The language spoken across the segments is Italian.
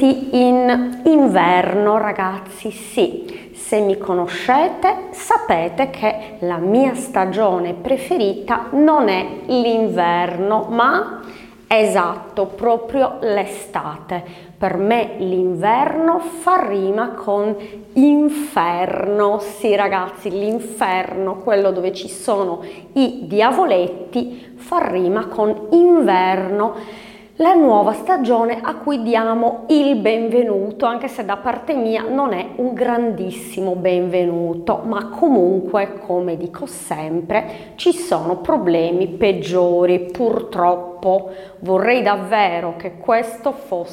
benvenuti in inverno, ragazzi. Sì, se mi conoscete sapete che la mia stagione preferita non è l'inverno, ma esatto, proprio l'estate. Per me l'inverno fa rima con inferno. Sì, ragazzi, l'inferno, quello dove ci sono i diavoletti, fa rima con inverno. La nuova stagione a cui diamo il benvenuto, anche se da parte mia non è un grandissimo benvenuto, ma comunque, come dico sempre, ci sono problemi peggiori, purtroppo. Vorrei davvero che questo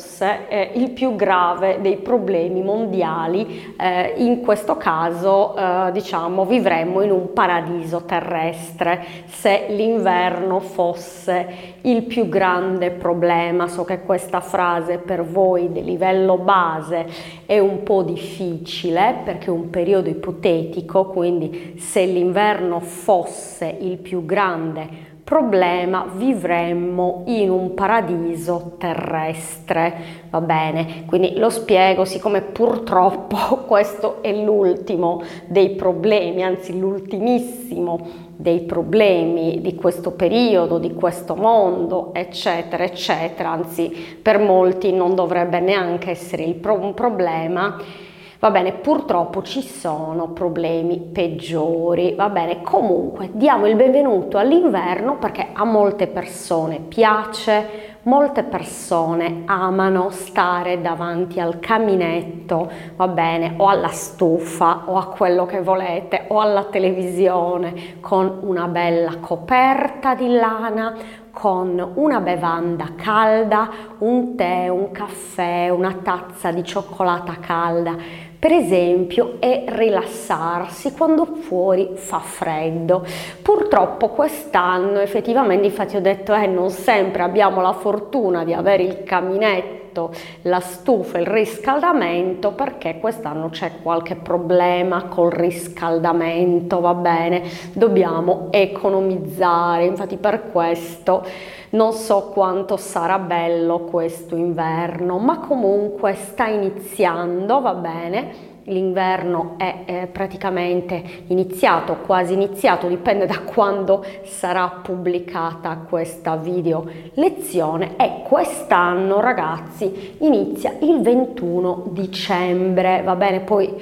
fosse il più grave dei problemi mondiali. In questo caso, diciamo, vivremmo in un paradiso terrestre se l'inverno fosse il più grande problema. So che questa frase per voi di livello base è un po' difficile perché è un periodo ipotetico, quindi se l'inverno fosse il più grande problema vivremmo in un paradiso terrestre, va bene? Quindi lo spiego, siccome purtroppo questo è l'ultimo dei problemi, anzi l'ultimissimo dei problemi di questo periodo, di questo mondo, eccetera, eccetera, anzi per molti non dovrebbe neanche essere un problema. Va bene, purtroppo ci sono problemi peggiori, va bene, comunque diamo il benvenuto all'inverno perché a molte persone piace, molte persone amano stare davanti al caminetto, va bene, o alla stufa o a quello che volete o alla televisione con una bella coperta di lana, con una bevanda calda, un tè, un caffè, una tazza di cioccolata calda, per esempio, e rilassarsi quando fuori fa freddo. Purtroppo quest'anno effettivamente, infatti ho detto non sempre abbiamo la fortuna di avere il caminetto, la stufa, il riscaldamento, perché quest'anno c'è qualche problema col riscaldamento, va bene, dobbiamo economizzare, infatti per questo non so quanto sarà bello questo inverno, ma comunque sta iniziando, va bene. L'inverno è praticamente iniziato, quasi iniziato, dipende da quando sarà pubblicata questa video lezione, e quest'anno, ragazzi, inizia il 21 dicembre, va bene, poi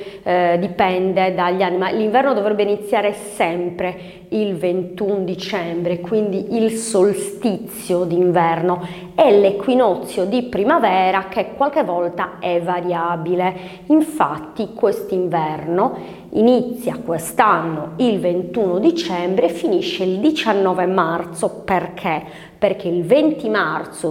dipende dagli anni, ma l'inverno dovrebbe iniziare sempre il 21 dicembre, quindi il solstizio d'inverno, e l'equinozio di primavera che qualche volta è variabile. Infatti quest'inverno inizia quest'anno il 21 dicembre e finisce il 19 marzo. Perché? Perché il 20 marzo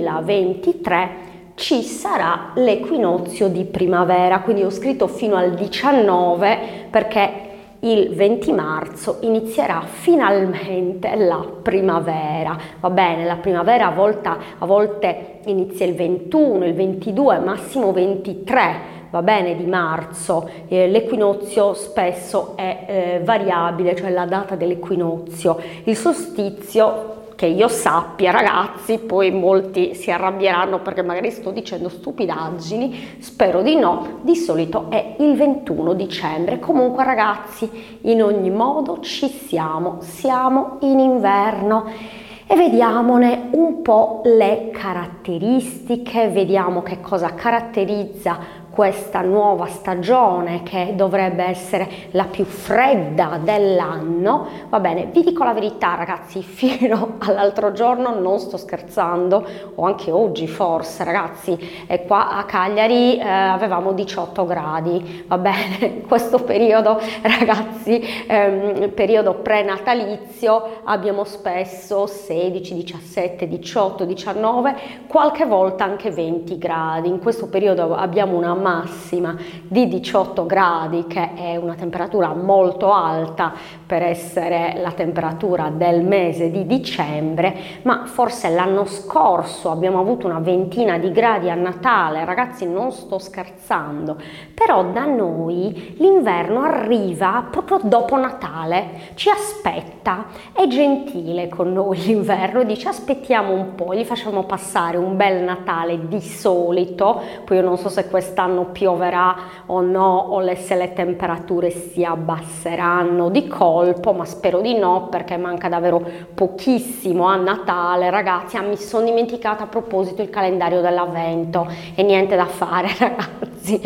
2023 ci sarà l'equinozio di primavera, quindi ho scritto fino al 19 perché il 20 marzo inizierà finalmente la primavera, va bene, la primavera a volte inizia il 21, il 22, massimo 23, va bene, di marzo. L'equinozio spesso è variabile, cioè la data dell'equinozio. Il solstizio, che io sappia, ragazzi, poi molti si arrabbieranno perché magari sto dicendo stupidaggini, spero di no, di solito è il 21 dicembre. Comunque, ragazzi, in ogni modo ci siamo in inverno e vediamone un po' le caratteristiche, vediamo che cosa caratterizza questa nuova stagione che dovrebbe essere la più fredda dell'anno. Va bene, vi dico la verità, ragazzi, fino all'altro giorno, non sto scherzando, o anche oggi forse, ragazzi, qua a Cagliari avevamo 18 gradi, va bene, questo periodo, ragazzi, periodo prenatalizio, abbiamo spesso 16, 17, 18, 19, qualche volta anche 20 gradi. In questo periodo abbiamo una massima di 18 gradi, che è una temperatura molto alta per essere la temperatura del mese di dicembre, ma forse l'anno scorso abbiamo avuto una ventina di gradi a Natale, ragazzi, non sto scherzando, però da noi l'inverno arriva proprio dopo Natale, ci aspetta, è gentile con noi l'inverno, dice aspettiamo un po', gli facciamo passare un bel Natale di solito, poi io non so se quest'anno pioverà o no, o se le temperature si abbasseranno di colpo, ma spero di no perché manca davvero pochissimo a Natale, ragazzi. Mi sono dimenticata a proposito il calendario dell'avvento e niente da fare, ragazzi,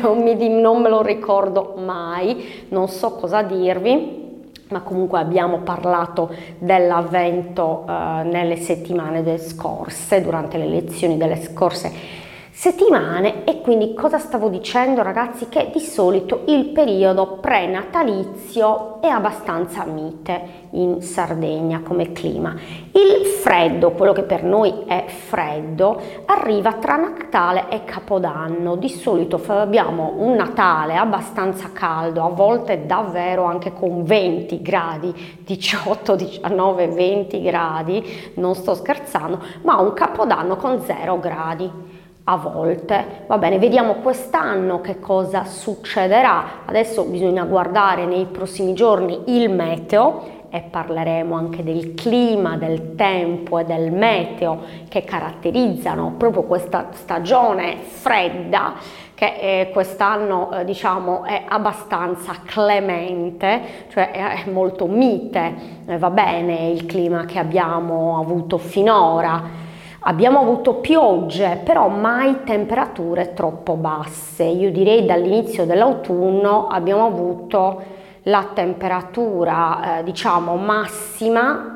non me lo ricordo mai, non so cosa dirvi. Ma comunque abbiamo parlato dell'avvento nelle settimane scorse, durante le lezioni delle scorse settimane, e quindi cosa stavo dicendo, ragazzi? Che di solito il periodo prenatalizio è abbastanza mite in Sardegna come clima. Il freddo, quello che per noi è freddo, arriva tra Natale e Capodanno. Di solito abbiamo un Natale abbastanza caldo, a volte davvero anche con 20 gradi, 18, 19, 20 gradi, non sto scherzando, ma un Capodanno con 0 gradi. A volte, va bene, vediamo quest'anno che cosa succederà. Adesso bisogna guardare nei prossimi giorni il meteo e parleremo anche del clima, del tempo e del meteo che caratterizzano proprio questa stagione fredda che quest'anno diciamo è abbastanza clemente, cioè è molto mite, va bene il clima che abbiamo avuto finora. Abbiamo avuto piogge, però mai temperature troppo basse. Io direi dall'inizio dell'autunno abbiamo avuto la temperatura, diciamo, massima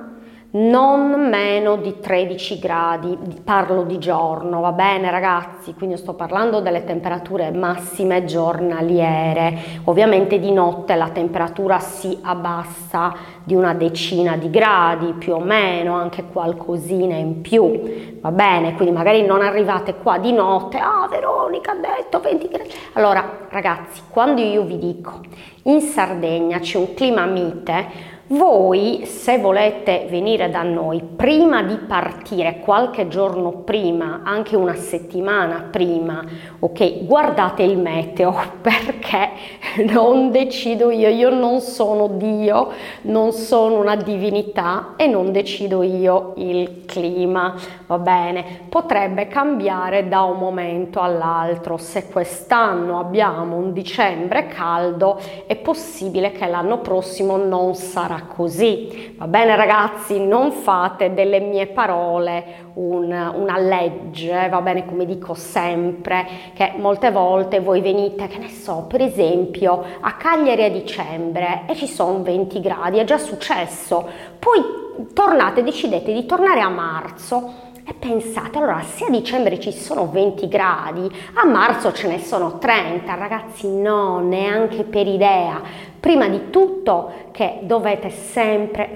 non meno di 13 gradi, parlo di giorno, va bene ragazzi? Quindi sto parlando delle temperature massime giornaliere. Ovviamente di notte la temperatura si abbassa di una decina di gradi più o meno, anche qualcosina in più, va bene? Quindi magari non arrivate qua di notte, ah Veronica ha detto 20 gradi. Allora ragazzi, quando io vi dico in Sardegna c'è un clima mite, voi, se volete venire da noi, prima di partire, qualche giorno prima, anche una settimana prima, ok, guardate il meteo, perché non decido io non sono Dio, non sono una divinità e non decido io il clima, va bene? Potrebbe cambiare da un momento all'altro. Se quest'anno abbiamo un dicembre caldo, è possibile che l'anno prossimo non sarà così, va bene ragazzi? Non fate delle mie parole una legge, va bene, come dico sempre, che molte volte voi venite, che ne so, per esempio a Cagliari a dicembre e ci sono 20 gradi, è già successo, poi tornate, decidete di tornare a marzo e pensate, allora se a dicembre ci sono 20 gradi, a marzo ce ne sono 30, ragazzi, no, neanche per idea. Prima di tutto che dovete sempre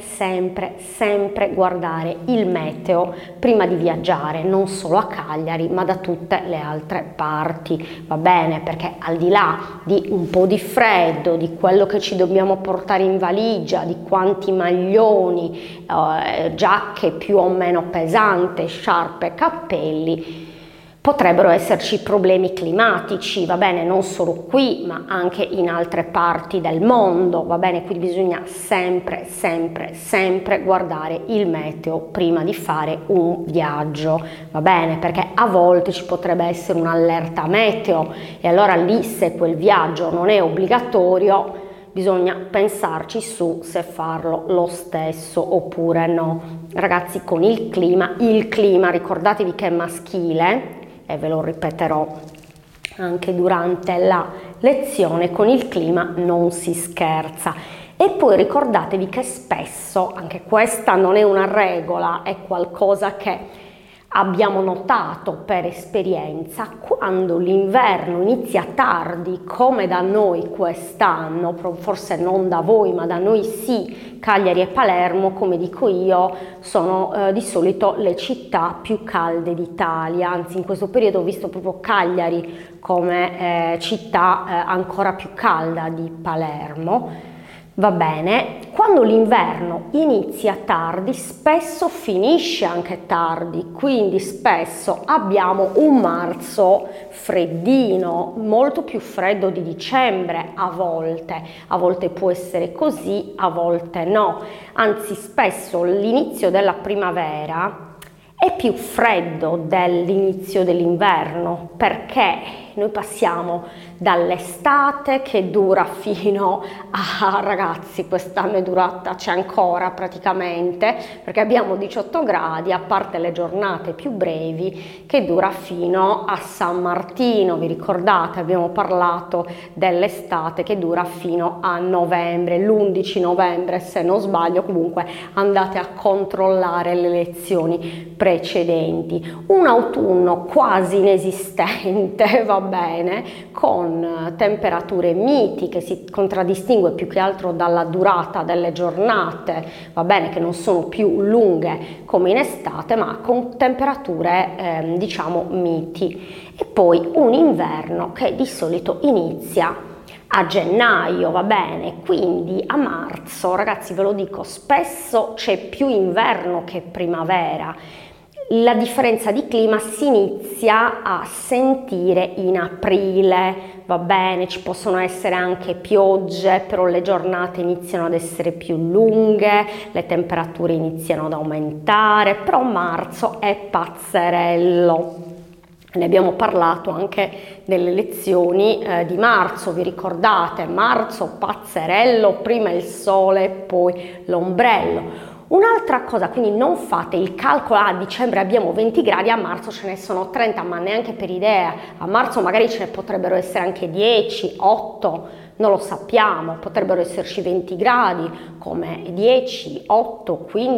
guardare il meteo prima di viaggiare, non solo a Cagliari ma da tutte le altre parti, va bene? Perché al di là di un po' di freddo, di quello che ci dobbiamo portare in valigia, di quanti maglioni, giacche più o meno pesanti, sciarpe, cappelli, potrebbero esserci problemi climatici, va bene, non solo qui ma anche in altre parti del mondo, va bene, quindi bisogna sempre guardare il meteo prima di fare un viaggio, va bene, perché a volte ci potrebbe essere un'allerta meteo e allora lì, se quel viaggio non è obbligatorio, bisogna pensarci su se farlo lo stesso oppure no. Ragazzi, con il clima ricordatevi che è maschile, e ve lo ripeterò anche durante la lezione, con il clima non si scherza. E poi ricordatevi che spesso, anche questa non è una regola, è qualcosa che Abbiamo notato per esperienza, quando l'inverno inizia tardi, come da noi quest'anno, forse non da voi ma da noi sì, Cagliari e Palermo, come dico io, sono di solito le città più calde d'Italia, anzi in questo periodo ho visto proprio Cagliari come città ancora più calda di Palermo. Va bene, quando l'inverno inizia tardi, spesso finisce anche tardi, quindi spesso abbiamo un marzo freddino, molto più freddo di dicembre a volte può essere così, a volte no, anzi spesso l'inizio della primavera è più freddo dell'inizio dell'inverno, perché noi passiamo dall'estate che dura fino a, ragazzi, quest'anno è durata, c'è ancora praticamente, perché abbiamo 18 gradi, a parte le giornate più brevi, che dura fino a San Martino. Vi ricordate? Abbiamo parlato dell'estate che dura fino a novembre, l'11 novembre se non sbaglio, comunque andate a controllare le lezioni precedenti. Un autunno quasi inesistente, va bene, con temperature miti che si contraddistingue più che altro dalla durata delle giornate, va bene, che non sono più lunghe come in estate, ma con temperature diciamo miti. E poi un inverno che di solito inizia a gennaio, va bene, quindi a marzo, ragazzi, ve lo dico, spesso c'è più inverno che primavera. La differenza di clima si inizia a sentire in aprile, va bene, ci possono essere anche piogge, però le giornate iniziano ad essere più lunghe, le temperature iniziano ad aumentare, però marzo è pazzerello. Ne abbiamo parlato anche nelle lezioni di marzo, vi ricordate? Marzo, pazzerello, prima il sole, poi l'ombrello. Un'altra cosa, quindi non fate il calcolo, a dicembre abbiamo 20 gradi, a marzo ce ne sono 30, ma neanche per idea, a marzo magari ce ne potrebbero essere anche 10, 8, non lo sappiamo, potrebbero esserci 20 gradi, come 10, 8,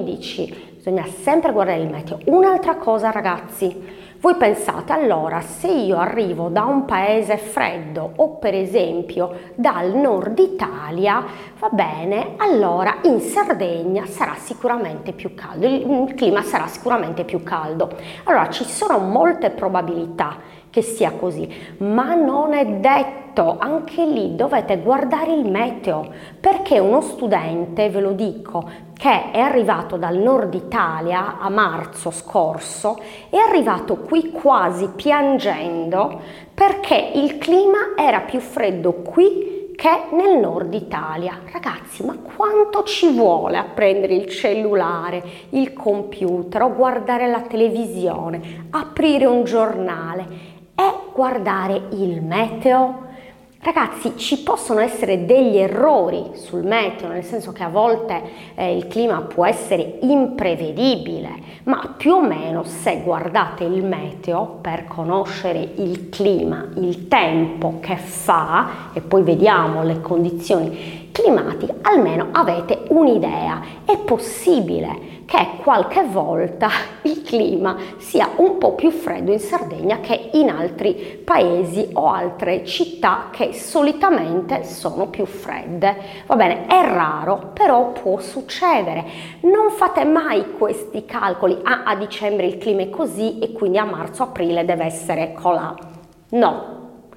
15, bisogna sempre guardare il meteo. Un'altra cosa, ragazzi, voi pensate, allora, se io arrivo da un paese freddo o per esempio dal nord Italia, va bene, allora in Sardegna sarà sicuramente più caldo, il clima sarà sicuramente più caldo. Allora ci sono molte probabilità che sia così, ma non è detto, anche lì dovete guardare il meteo, perché uno studente, ve lo dico, che è arrivato dal nord Italia a marzo scorso, è arrivato qui quasi piangendo perché il clima era più freddo qui che nel nord Italia. Ragazzi, ma quanto ci vuole a prendere il cellulare, il computer o guardare la televisione, aprire un giornale e guardare il meteo? Ragazzi, ci possono essere degli errori sul meteo, nel senso che a volte il clima può essere imprevedibile, ma più o meno se guardate il meteo per conoscere il clima, il tempo che fa e poi vediamo le condizioni climatiche, almeno avete un'idea. È possibile che qualche volta il clima sia un po' più freddo in Sardegna che in altri paesi o altre città che solitamente sono più fredde. Va bene, è raro, però può succedere. Non fate mai questi calcoli, a dicembre il clima è così e quindi a marzo-aprile deve essere colà. No.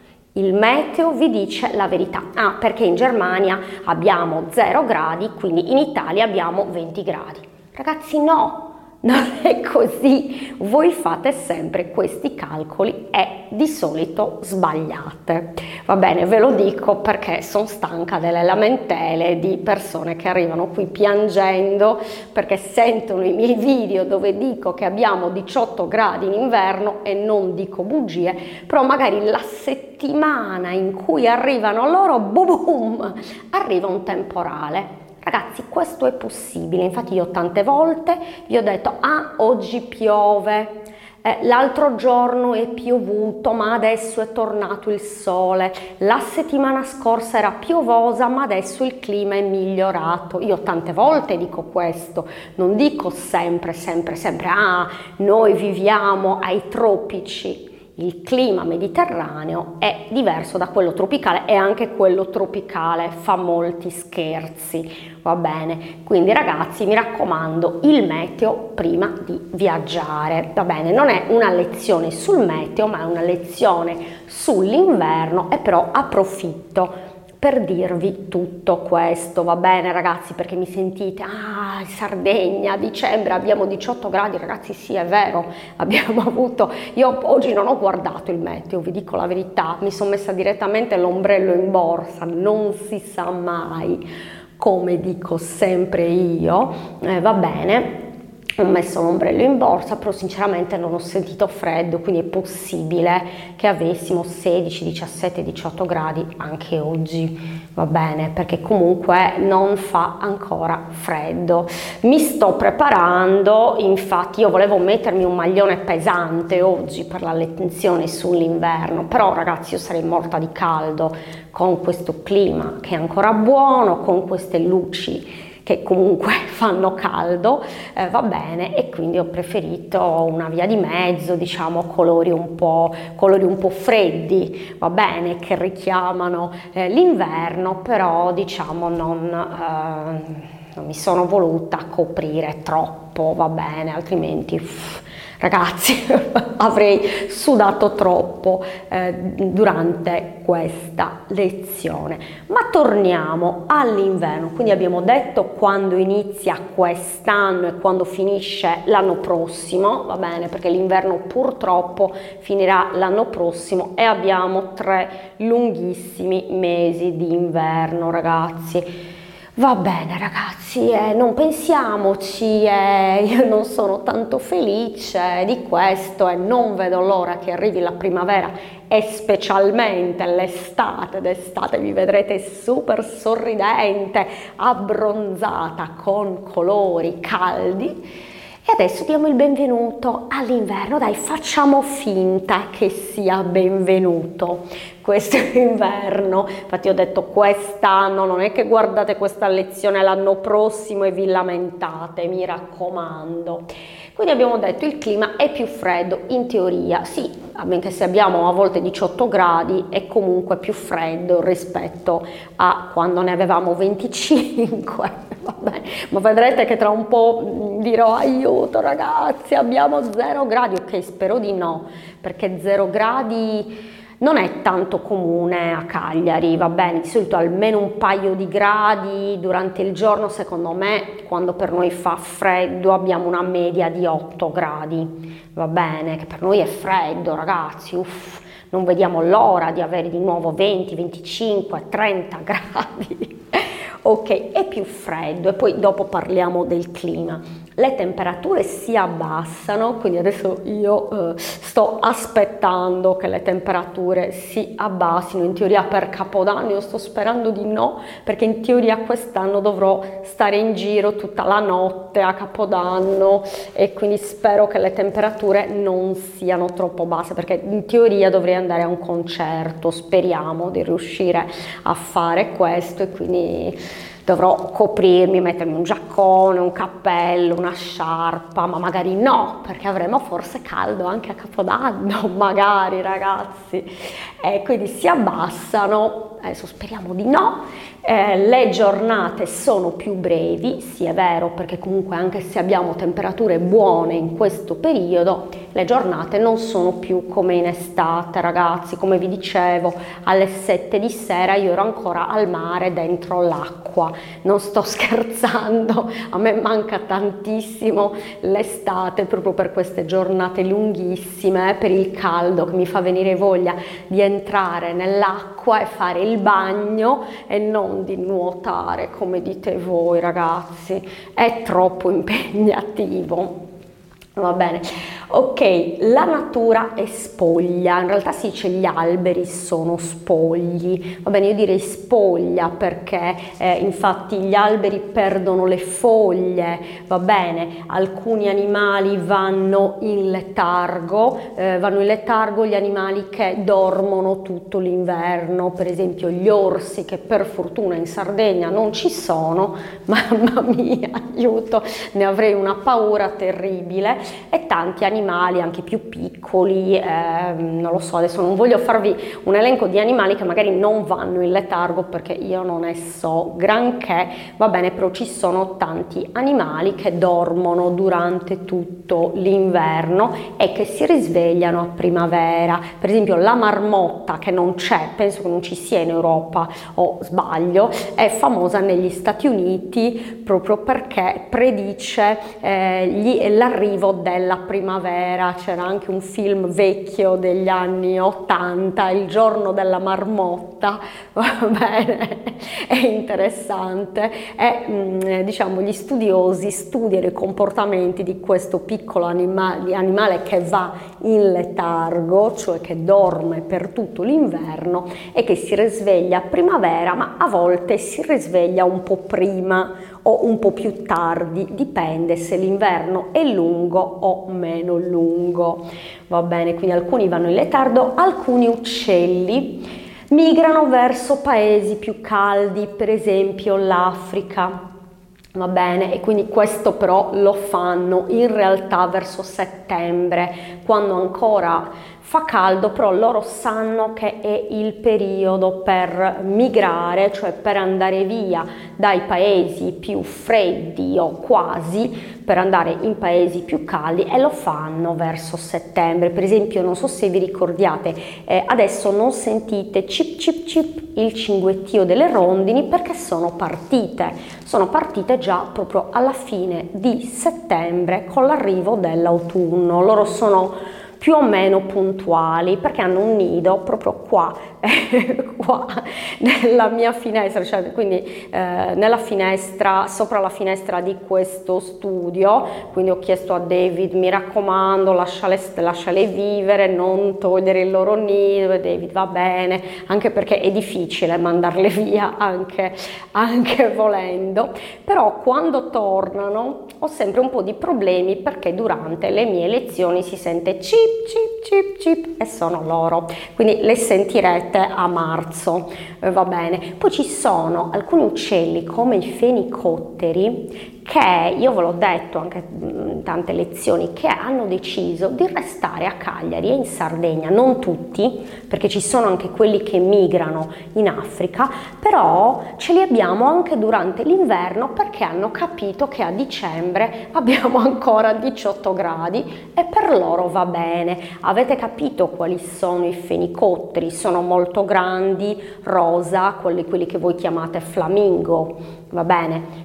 Il meteo vi dice la verità. Perché in Germania abbiamo 0 gradi, quindi in Italia abbiamo 20 gradi. Ragazzi, no, non è così. Voi fate sempre questi calcoli e di solito sbagliate. Va bene, ve lo dico perché sono stanca delle lamentele di persone che arrivano qui piangendo perché sentono i miei video dove dico che abbiamo 18 gradi in inverno e non dico bugie, però magari la settimana in cui arrivano loro, boom, boom, arriva un temporale. Ragazzi, questo è possibile, infatti io tante volte vi ho detto oggi piove, l'altro giorno è piovuto ma adesso è tornato il sole, la settimana scorsa era piovosa ma adesso il clima è migliorato. Io tante volte dico questo, non dico sempre, noi viviamo ai tropici. Il clima mediterraneo è diverso da quello tropicale e anche quello tropicale fa molti scherzi, va bene? Quindi ragazzi, mi raccomando, il meteo prima di viaggiare, va bene? Non è una lezione sul meteo, ma è una lezione sull'inverno e però approfitto per dirvi tutto questo, va bene ragazzi, perché mi sentite, in Sardegna a dicembre abbiamo 18 gradi, ragazzi sì è vero, abbiamo avuto, io oggi non ho guardato il meteo, vi dico la verità, mi sono messa direttamente l'ombrello in borsa, non si sa mai, come dico sempre io, va bene. Ho messo l'ombrello in borsa, però sinceramente non ho sentito freddo, quindi è possibile che avessimo 16, 17, 18 gradi anche oggi, va bene, perché comunque non fa ancora freddo. Mi sto preparando, infatti io volevo mettermi un maglione pesante oggi per la lezione sull'inverno, però ragazzi io sarei morta di caldo con questo clima che è ancora buono, con queste luci che comunque fanno caldo, va bene, e quindi ho preferito una via di mezzo, diciamo colori un po' freddi, va bene, che richiamano l'inverno, però diciamo non mi sono voluta coprire troppo, va bene, altrimenti ragazzi avrei sudato troppo durante questa lezione. Ma torniamo all'inverno, quindi abbiamo detto quando inizia quest'anno e quando finisce l'anno prossimo, va bene, perché l'inverno purtroppo finirà l'anno prossimo e abbiamo 3 lunghissimi mesi di inverno, ragazzi. Va bene ragazzi, non pensiamoci, io non sono tanto felice di questo e non vedo l'ora che arrivi la primavera e specialmente l'estate. D'estate mi vedrete super sorridente, abbronzata con colori caldi. E adesso diamo il benvenuto all'inverno, dai, facciamo finta che sia benvenuto questo inverno. Infatti ho detto quest'anno, non è che guardate questa lezione l'anno prossimo e vi lamentate, mi raccomando. Quindi abbiamo detto il clima è più freddo, in teoria sì, anche se abbiamo a volte 18 gradi è comunque più freddo rispetto a quando ne avevamo 25. Vabbè, ma vedrete che tra un po' dirò aiuto ragazzi, abbiamo 0 gradi, ok, spero di no, perché 0 gradi non è tanto comune a Cagliari, va bene, di solito almeno un paio di gradi durante il giorno, secondo me, quando per noi fa freddo abbiamo una media di 8 gradi, va bene, che per noi è freddo ragazzi, uff, non vediamo l'ora di avere di nuovo 20, 25, 30 gradi. Ok, è più freddo e poi dopo parliamo del clima. Le temperature si abbassano, quindi adesso io sto aspettando che le temperature si abbassino, in teoria per Capodanno, io sto sperando di no, perché in teoria quest'anno dovrò stare in giro tutta la notte a Capodanno e quindi spero che le temperature non siano troppo basse, perché in teoria dovrei andare a un concerto, speriamo di riuscire a fare questo e quindi dovrò coprirmi, mettermi un giaccone, un cappello, una sciarpa, ma magari no, perché avremo forse caldo anche a Capodanno, magari ragazzi. Quindi si abbassano, adesso speriamo di no, le giornate sono più brevi, sì è vero, perché comunque anche se abbiamo temperature buone in questo periodo, le giornate non sono più come in estate ragazzi, come vi dicevo, alle 7 di sera io ero ancora al mare dentro l'acqua, non sto scherzando, a me manca tantissimo l'estate proprio per queste giornate lunghissime, per il caldo che mi fa venire voglia di entrare nell'acqua e fare il bagno e non di nuotare come dite voi ragazzi, è troppo impegnativo. Va bene, Ok, la natura è spoglia, in realtà si dice gli alberi sono spogli, va bene, io direi spoglia perché infatti gli alberi perdono le foglie, va bene, alcuni animali vanno in letargo gli animali che dormono tutto l'inverno, per esempio gli orsi che per fortuna in Sardegna non ci sono, mamma mia, aiuto, ne avrei una paura terribile, e tanti animali anche più piccoli, non lo so, adesso non voglio farvi un elenco di animali che magari non vanno in letargo perché io non ne so granché, va bene, però ci sono tanti animali che dormono durante tutto l'inverno e che si risvegliano a primavera. Per esempio la marmotta, che non c'è, penso che non ci sia in Europa o sbaglio, è famosa negli Stati Uniti proprio perché predice l'arrivo della primavera. C'era anche un film vecchio degli anni 80, Il giorno della marmotta, va bene, è interessante, e diciamo gli studiosi studiano i comportamenti di questo piccolo animale che va in letargo, cioè che dorme per tutto l'inverno e che si risveglia a primavera, ma a volte si risveglia un po' prima o un po' più tardi, dipende se l'inverno è lungo o meno lungo, va bene, quindi alcuni vanno in letargo, alcuni uccelli migrano verso paesi più caldi, per esempio l'Africa. Va bene, e quindi questo però lo fanno in realtà verso settembre, quando ancora fa caldo, però loro sanno che è il periodo per migrare, cioè per andare via dai paesi più freddi o quasi per andare in paesi più caldi, e lo fanno verso settembre. Per esempio, non so se vi ricordiate, adesso non sentite cip cip cip il cinguettio delle rondini perché sono partite già proprio alla fine di settembre con l'arrivo dell'autunno. Loro sono più o meno puntuali perché hanno un nido proprio qua, qua nella mia finestra, cioè quindi nella finestra, sopra la finestra di questo studio. Quindi ho chiesto a David, mi raccomando, lasciale vivere, non togliere il loro nido, e David va bene, anche perché è difficile mandarle via anche volendo, però quando tornano ho sempre un po' di problemi perché durante le mie lezioni si sente cip cip cip cip e sono loro, quindi le sentirete a marzo, va bene. Poi ci sono alcuni uccelli come i fenicotteri che io ve l'ho detto anche in tante lezioni, che hanno deciso di restare a Cagliari e in Sardegna, non tutti perché ci sono anche quelli che migrano in Africa, però ce li abbiamo anche durante l'inverno perché hanno capito che a dicembre abbiamo ancora 18 gradi e per loro va bene. Avete capito quali sono i fenicotteri? Sono molto grandi, rosa, quelli che voi chiamate flamingo, va bene?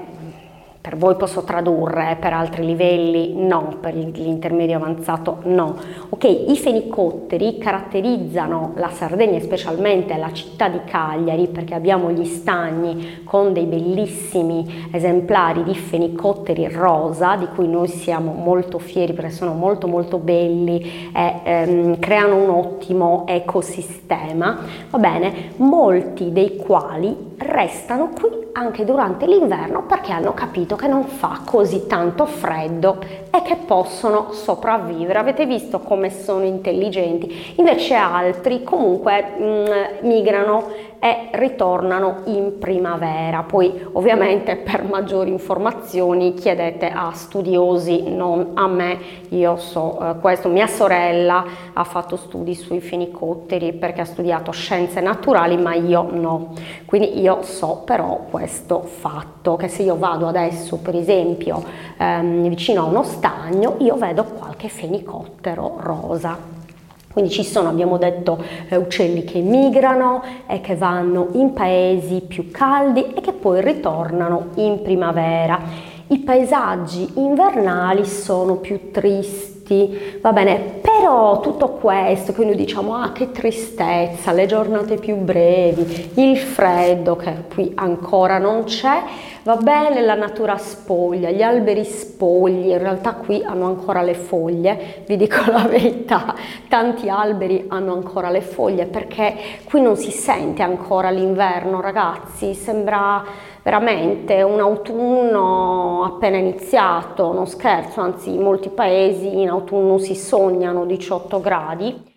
Per voi posso tradurre, per altri livelli no, per l'intermedio avanzato no. Ok, i fenicotteri caratterizzano la Sardegna, specialmente la città di Cagliari, perché abbiamo gli stagni con dei bellissimi esemplari di fenicotteri rosa, di cui noi siamo molto fieri perché sono molto molto belli e creano un ottimo ecosistema. Va bene, molti dei quali restano qui anche durante l'inverno perché hanno capito che non fa così tanto freddo e che possono sopravvivere. Avete visto come sono intelligenti? Invece altri comunque migrano e ritornano in primavera. Poi ovviamente per maggiori informazioni chiedete a studiosi, non a me. Io so questo. Mia sorella ha fatto studi sui fenicotteri perché ha studiato scienze naturali, ma io no. Quindi io so però questo fatto, che se io vado adesso per esempio vicino a uno stagno, io vedo qualche fenicottero rosa. Quindi ci sono, abbiamo detto, uccelli che migrano e che vanno in paesi più caldi e che poi ritornano in primavera. I paesaggi invernali sono più tristi, artisti, va bene, però tutto questo che noi diciamo, ah che tristezza, le giornate più brevi, il freddo che qui ancora non c'è, va bene, la natura spoglia, gli alberi spogli, in realtà qui hanno ancora le foglie, vi dico la verità, tanti alberi hanno ancora le foglie perché qui non si sente ancora l'inverno, ragazzi, sembra veramente un autunno appena iniziato, non scherzo, anzi in molti paesi in autunno si sognano 18 gradi.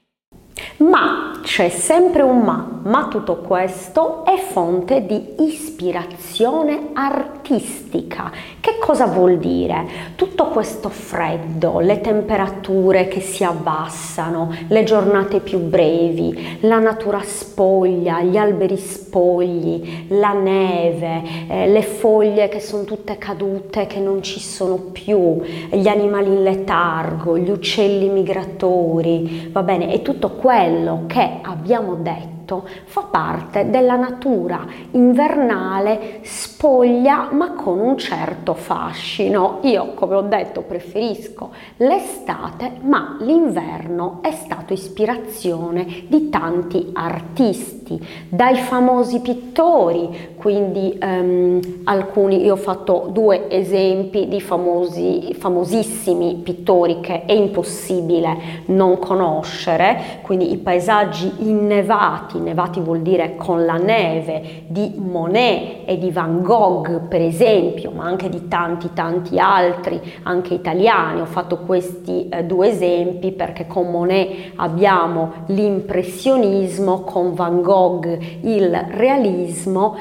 Ma c'è sempre un ma tutto questo è fonte di ispirazione artistica. Che cosa vuol dire? Tutto questo freddo, le temperature che si abbassano, le giornate più brevi, la natura spoglia, gli alberi spogli, la neve, le foglie che sono tutte cadute, che non ci sono più, gli animali in letargo, gli uccelli migratori, va bene, e tutto quello che abbiamo detto fa parte della natura invernale spoglia ma con un certo fascino. Io, come ho detto, preferisco l'estate, ma l'inverno è stato ispirazione di tanti artisti, dai famosi pittori, quindi alcuni, io ho fatto 2 esempi di famosissimi pittori che è impossibile non conoscere, quindi i paesaggi innevati, nevati vuol dire con la neve, di Monet e di Van Gogh per esempio, ma anche di tanti altri, anche italiani. Ho fatto questi 2 esempi perché con Monet abbiamo l'impressionismo, con Van Gogh il realismo,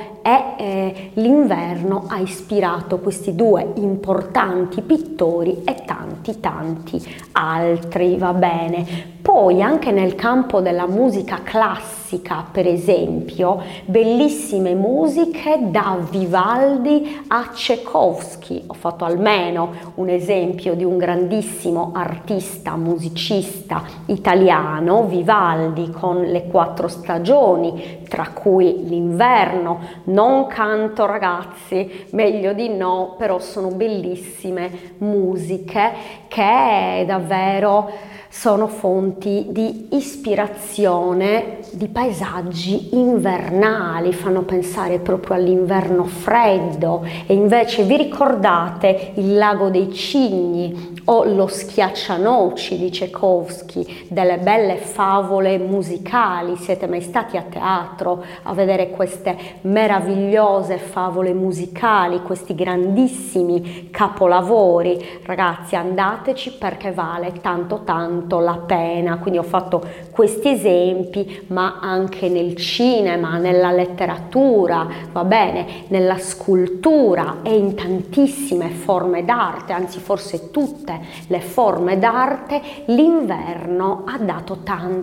e l'inverno ha ispirato questi 2 importanti pittori e tanti altri, va bene. Poi anche nel campo della musica classica, per esempio, bellissime musiche da Vivaldi a Tchaikovsky. Ho fatto almeno un esempio di un grandissimo artista, musicista italiano, Vivaldi, con le 4 stagioni, tra cui l'inverno. Non canto, ragazzi, meglio di no, però sono bellissime musiche che davvero sono fonti di ispirazione di paesaggi invernali, fanno pensare proprio all'inverno freddo. E invece vi ricordate il Lago dei Cigni o lo Schiaccianoci di Tchaikovsky, delle belle favole musicali? Siete mai stati a teatro a vedere queste meravigliose favole musicali, questi grandissimi capolavori? Ragazzi, andateci perché vale tanto la pena. Quindi ho fatto questi esempi, ma anche nel cinema, nella letteratura, va bene, nella scultura e in tantissime forme d'arte, anzi forse tutte le forme d'arte, l'inverno ha dato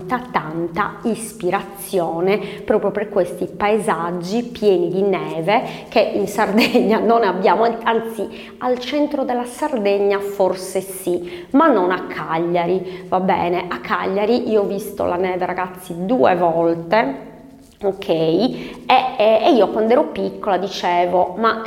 tanta ispirazione proprio per questi paesaggi pieni di neve che in Sardegna non abbiamo, anzi al centro della Sardegna forse sì, ma non a Cagliari. Va bene, a Cagliari io ho visto la neve, ragazzi, 2 volte. Ok, e io quando ero piccola dicevo, ma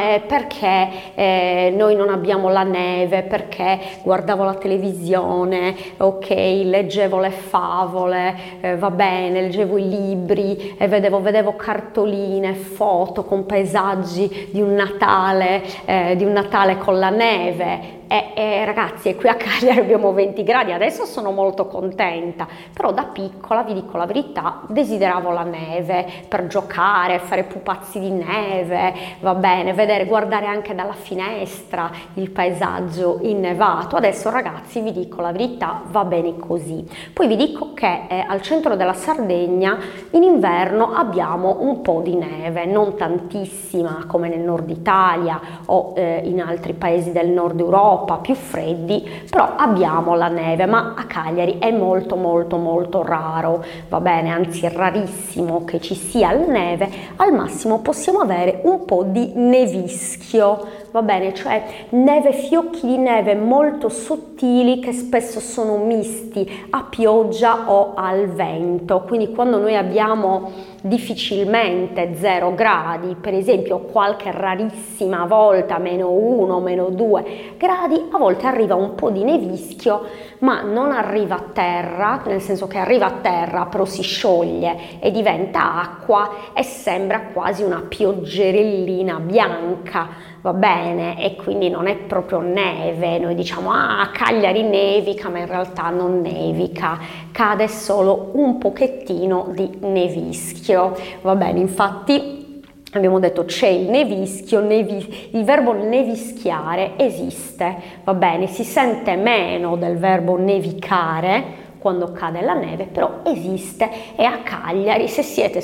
perché noi non abbiamo la neve? Perché guardavo la televisione, ok, leggevo le favole, va bene, leggevo i libri e vedevo cartoline, foto con paesaggi di un Natale con la neve. Ragazzi, qui a Cagliari abbiamo 20 gradi, adesso sono molto contenta, però da piccola, vi dico la verità, desideravo la neve per giocare, fare pupazzi di neve, va bene, guardare anche dalla finestra il paesaggio innevato. Adesso, ragazzi, vi dico la verità, va bene così. Poi vi dico che al centro della Sardegna in inverno abbiamo un po' di neve, non tantissima come nel nord Italia o in altri paesi del nord Europa più freddi, però abbiamo la neve, ma a Cagliari è molto raro, va bene, anzi è rarissimo che ci sia la neve. Al massimo possiamo avere un po' di nevischio, va bene, cioè fiocchi di neve molto sottili che spesso sono misti a pioggia o al vento. Quindi quando noi abbiamo difficilmente 0 gradi, per esempio qualche rarissima volta -1, -2 gradi, a volte arriva un po' di nevischio, ma non arriva a terra, nel senso che arriva a terra però si scioglie e diventa acqua e sembra quasi una pioggerellina bianca, va bene, e quindi non è proprio neve. Noi diciamo a Cagliari nevica, ma in realtà non nevica, cade solo un pochettino di nevischio, va bene. Infatti abbiamo detto c'è il nevischio, il verbo nevischiare esiste, va bene, si sente meno del verbo nevicare quando cade la neve, però esiste, e a Cagliari, se siete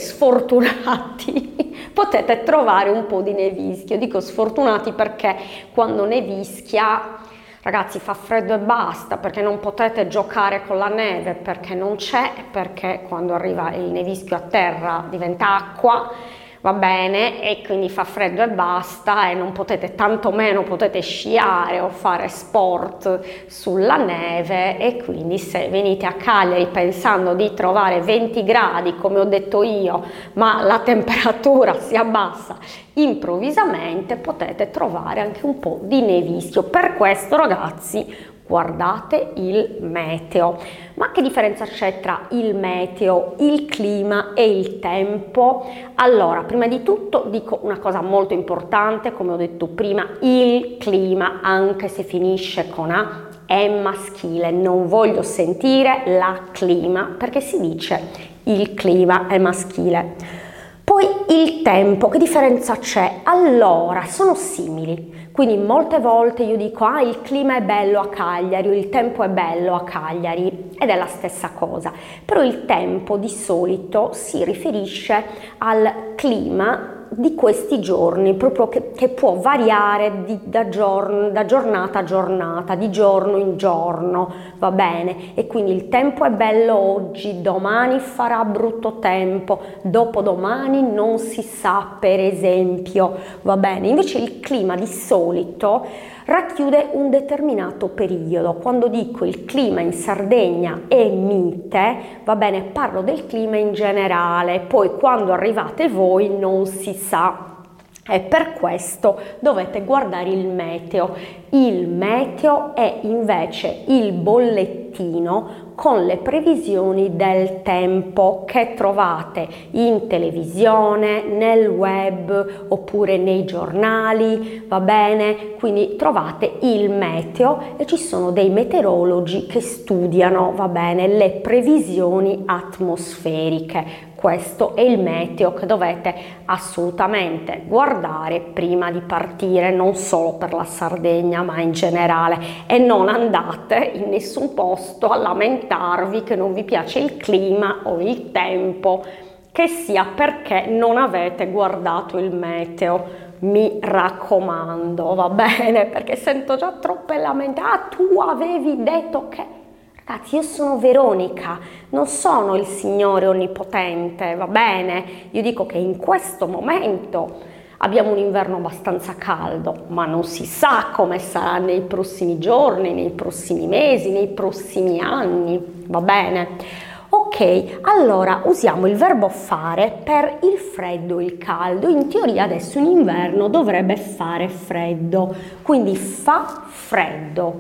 sfortunati, potete trovare un po' di nevischio. Dico sfortunati perché quando nevischia, ragazzi, fa freddo e basta, perché non potete giocare con la neve, perché non c'è, perché quando arriva il nevischio a terra diventa acqua, va bene, e quindi fa freddo e basta, e non potete, tantomeno potete sciare o fare sport sulla neve. E quindi se venite a Cagliari pensando di trovare 20 gradi, come ho detto io, ma la temperatura si abbassa improvvisamente, potete trovare anche un po' di nevischio. Per questo, ragazzi, guardate il meteo. Ma che differenza c'è tra il meteo, il clima e il tempo? Allora, prima di tutto dico una cosa molto importante, come ho detto prima, il clima, anche se finisce con A, è maschile. Non voglio sentire la clima, perché si dice il clima è maschile. Poi il tempo, che differenza c'è? Allora, sono simili, quindi molte volte io dico il clima è bello a Cagliari o il tempo è bello a Cagliari, ed è la stessa cosa, però il tempo di solito si riferisce al clima di questi giorni, proprio che può variare da giornata a giornata, di giorno in giorno, va bene? E quindi il tempo è bello oggi, domani farà brutto tempo, dopodomani non si sa, per esempio, va bene? Invece il clima di solito racchiude un determinato periodo. Quando dico il clima in Sardegna è mite, va bene, parlo del clima in generale, poi quando arrivate voi non si sa. E per questo dovete guardare il meteo. Il meteo è invece il bollettino con le previsioni del tempo che trovate in televisione, nel web oppure nei giornali, va bene? Quindi trovate il meteo e ci sono dei meteorologi che studiano, va bene, le previsioni atmosferiche. Questo è il meteo che dovete assolutamente guardare prima di partire, non solo per la Sardegna ma in generale, e non andate in nessun posto a lamentarvi che non vi piace il clima o il tempo, che sia perché non avete guardato il meteo, mi raccomando, va bene? Perché sento già troppe lamentare. Tu avevi detto che... Ragazzi, io sono Veronica, non sono il Signore Onnipotente, va bene? Io dico che in questo momento abbiamo un inverno abbastanza caldo, ma non si sa come sarà nei prossimi giorni, nei prossimi mesi, nei prossimi anni, va bene? Ok, allora usiamo il verbo fare per il freddo e il caldo. In teoria adesso in inverno dovrebbe fare freddo, quindi fa freddo,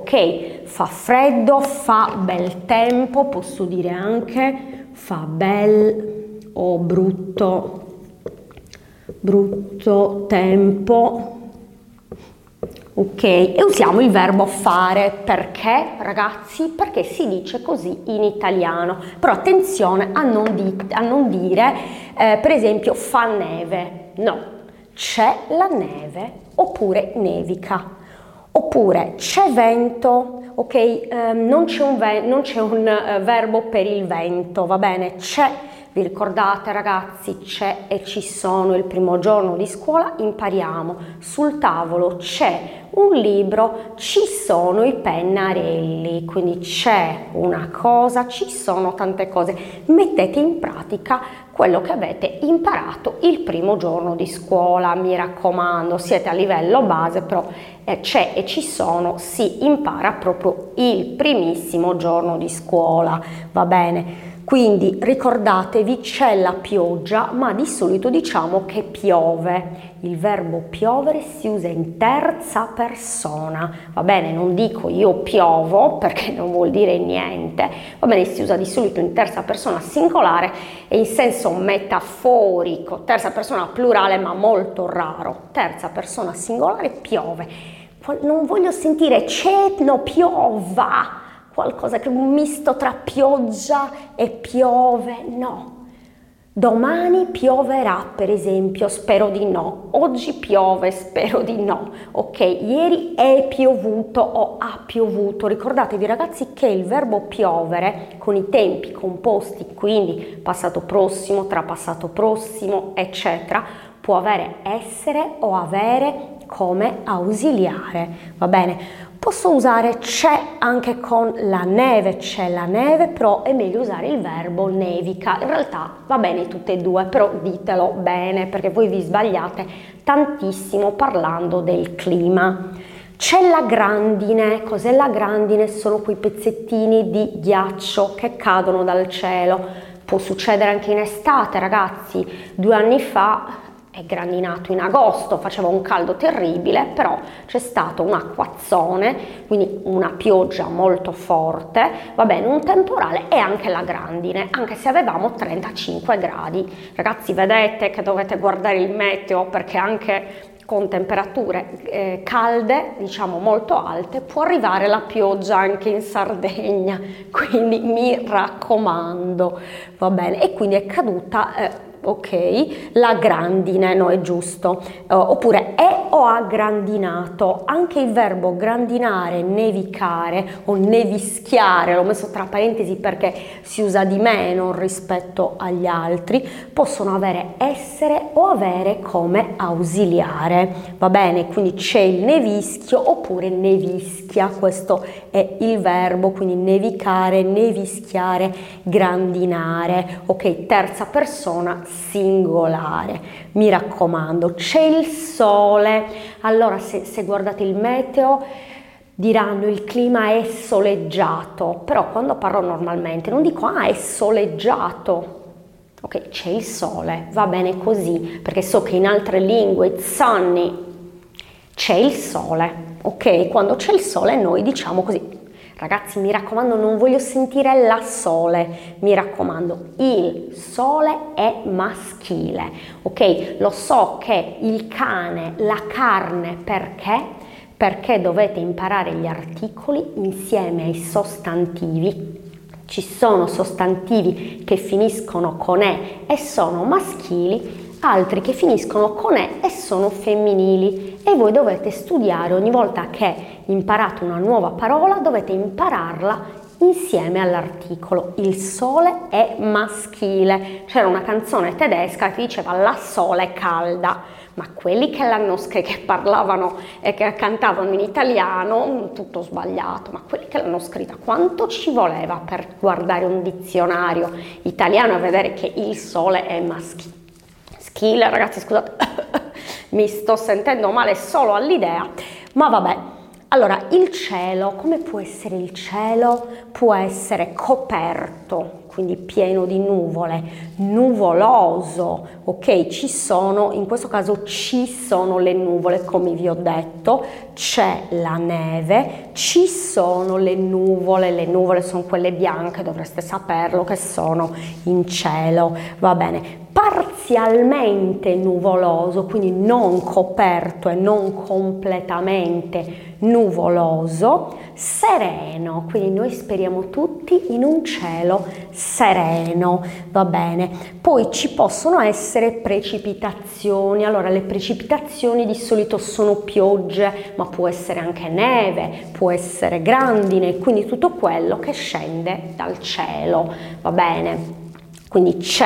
ok? Fa freddo, fa bel tempo, posso dire anche fa bel o brutto tempo. Ok, e usiamo il verbo fare perché, ragazzi? Perché si dice così in italiano. Però attenzione a non dire, per esempio, fa neve. No, c'è la neve oppure nevica. Oppure c'è vento, ok? Non c'è un verbo per il vento, va bene? C'è. Vi ricordate, ragazzi, c'è e ci sono. Il primo giorno di scuola impariamo. Sul tavolo c'è un libro, ci sono i pennarelli, quindi c'è una cosa, ci sono tante cose. Mettete in pratica quello che avete imparato il primo giorno di scuola, mi raccomando, siete a livello base, però c'è e ci sono si impara proprio il primissimo giorno di scuola, va bene? Quindi ricordatevi, c'è la pioggia, ma di solito diciamo che piove. Il verbo piovere si usa in terza persona, va bene? Non dico io piovo perché non vuol dire niente, va bene? Si usa di solito in terza persona singolare e in senso metaforico, terza persona plurale ma molto raro. Terza persona singolare piove. Non voglio sentire cenno piova, qualcosa che è un misto tra pioggia e piove, no. Domani pioverà, per esempio, spero di no. Oggi piove, spero di no. Ok, ieri è piovuto o ha piovuto. Ricordatevi ragazzi che il verbo piovere con i tempi composti, quindi passato prossimo, trapassato prossimo, eccetera, può avere essere o avere come ausiliare, va bene? Posso usare c'è anche con la neve, c'è la neve, però è meglio usare il verbo nevica. In realtà va bene tutte e due, però ditelo bene perché voi vi sbagliate tantissimo parlando del clima. C'è la grandine. Cos'è la grandine? Sono quei pezzettini di ghiaccio che cadono dal cielo. Può succedere anche in estate, ragazzi. 2 anni fa è grandinato in agosto, faceva un caldo terribile, però c'è stato un acquazzone, quindi una pioggia molto forte, va bene, un temporale e anche la grandine, anche se avevamo 35 gradi. Ragazzi, vedete che dovete guardare il meteo perché anche con temperature calde, diciamo molto alte, può arrivare la pioggia anche in Sardegna, quindi mi raccomando, va bene, e quindi è caduta ok, la grandine, no, è giusto, oppure è o ha grandinato. Anche il verbo grandinare, nevicare o nevischiare, l'ho messo tra parentesi perché si usa di meno rispetto agli altri, possono avere essere o avere come ausiliare, va bene? Quindi c'è il nevischio oppure nevischia, questo è il verbo, quindi nevicare, nevischiare, grandinare, ok, terza persona singolare. Mi raccomando, c'è il sole. Allora se guardate il meteo diranno il clima è soleggiato, però quando parlo normalmente non dico è soleggiato. Ok, c'è il sole, va bene così, perché so che in altre lingue it's sunny, c'è il sole, ok? Quando c'è il sole noi diciamo così. Ragazzi, mi raccomando, non voglio sentire la sole, mi raccomando, il sole è maschile, ok? Lo so che il cane, la carne, perché? Perché dovete imparare gli articoli insieme ai sostantivi. Ci sono sostantivi che finiscono con e sono maschili, altri che finiscono con e sono femminili e voi dovete studiare ogni volta che imparate una nuova parola, dovete impararla insieme all'articolo. Il sole è maschile. C'era una canzone tedesca che diceva la sole è calda, ma quelli che l'hanno scritta, che parlavano e che cantavano in italiano, tutto sbagliato, ma quelli che l'hanno scritta, quanto ci voleva per guardare un dizionario italiano e vedere che il sole è maschile? Ragazzi, scusate, mi sto sentendo male solo all'idea, ma vabbè. Allora, il cielo, come può essere il cielo? Può essere coperto, quindi pieno di nuvole, nuvoloso, ok? Ci sono, in questo caso ci sono le nuvole, come vi ho detto, c'è la neve, ci sono le nuvole sono quelle bianche, dovreste saperlo, che sono in cielo, va bene. Parzialmente nuvoloso, quindi non coperto e non completamente nuvoloso, sereno, quindi noi speriamo tutti in un cielo sereno, va bene. Poi ci possono essere precipitazioni. Allora, le precipitazioni di solito sono piogge, ma può essere anche neve, può essere grandine, quindi tutto quello che scende dal cielo, va bene. Quindi c'è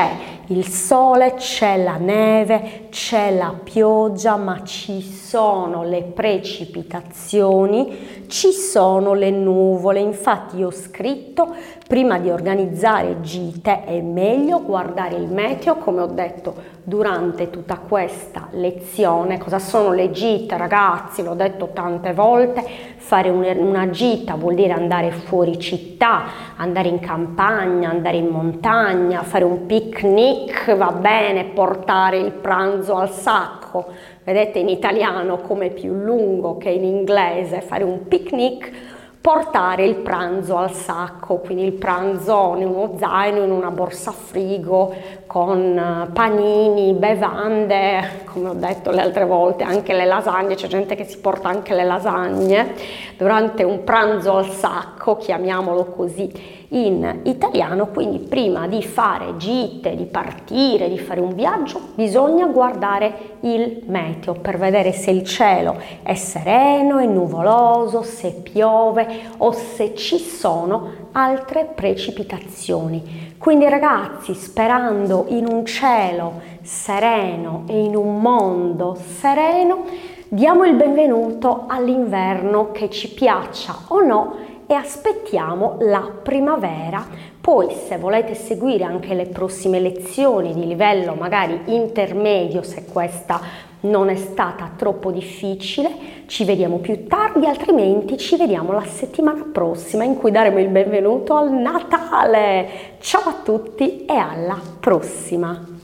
il sole, c'è la neve, c'è la pioggia, ma ci sono le precipitazioni, ci sono le nuvole. Infatti io ho scritto: prima di organizzare gite è meglio guardare il meteo, come ho detto durante tutta questa lezione. Cosa sono le gite, ragazzi? L'ho detto tante volte: fare una gita vuol dire andare fuori città, andare in campagna, andare in montagna, fare un picnic, va bene, portare il pranzo al sacco. Vedete in italiano come è più lungo che in inglese, fare un picnic, portare il pranzo al sacco, quindi il pranzo in uno zaino, in una borsa frigo, con panini, bevande, come ho detto le altre volte, anche le lasagne. C'è gente che si porta anche le lasagne durante un pranzo al sacco, chiamiamolo così in italiano. Quindi prima di fare gite, di partire, di fare un viaggio, bisogna guardare il meteo per vedere se il cielo è sereno, è nuvoloso, se piove o se ci sono altre precipitazioni. Quindi ragazzi, sperando in un cielo sereno e in un mondo sereno, diamo il benvenuto all'inverno, che ci piaccia o no, e aspettiamo la primavera. Poi, se volete seguire anche le prossime lezioni di livello magari intermedio, se questa non è stata troppo difficile, ci vediamo più tardi, altrimenti ci vediamo la settimana prossima, in cui daremo il benvenuto al Natale. Ciao a tutti e alla prossima!